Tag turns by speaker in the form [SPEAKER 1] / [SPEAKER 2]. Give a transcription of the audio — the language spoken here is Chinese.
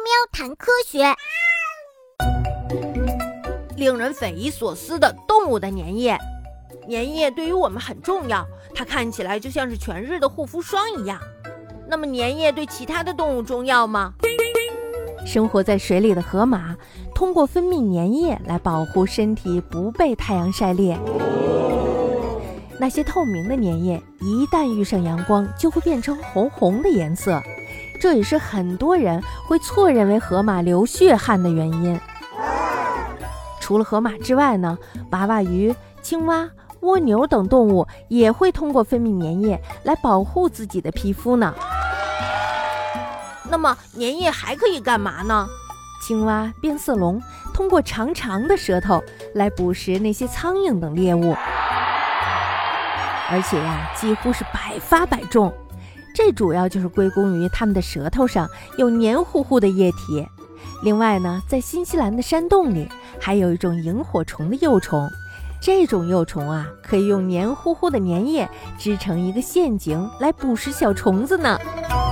[SPEAKER 1] 喵谈科学。
[SPEAKER 2] 令人匪夷所思的动物的粘液。粘液对于我们很重要，它看起来就像是全日的护肤霜一样。那么粘液对其他的动物重要吗？
[SPEAKER 3] 生活在水里的河马通过分泌粘液来保护身体不被太阳晒裂。那些透明的粘液一旦遇上阳光就会变成红红的颜色，这也是很多人会错认为河马流血汗的原因。除了河马之外呢，娃娃鱼、青蛙、蜗牛等动物也会通过分泌粘液来保护自己的皮肤呢。
[SPEAKER 2] 那么粘液还可以干嘛呢？
[SPEAKER 3] 青蛙、变色龙通过长长的舌头来捕食那些苍蝇等猎物，而且几乎是百发百中。这主要就是归功于它们的舌头上有黏糊糊的液体。另外呢，在新西兰的山洞里还有一种萤火虫的幼虫，这种幼虫可以用黏糊糊的粘液织成一个陷阱来捕食小虫子呢。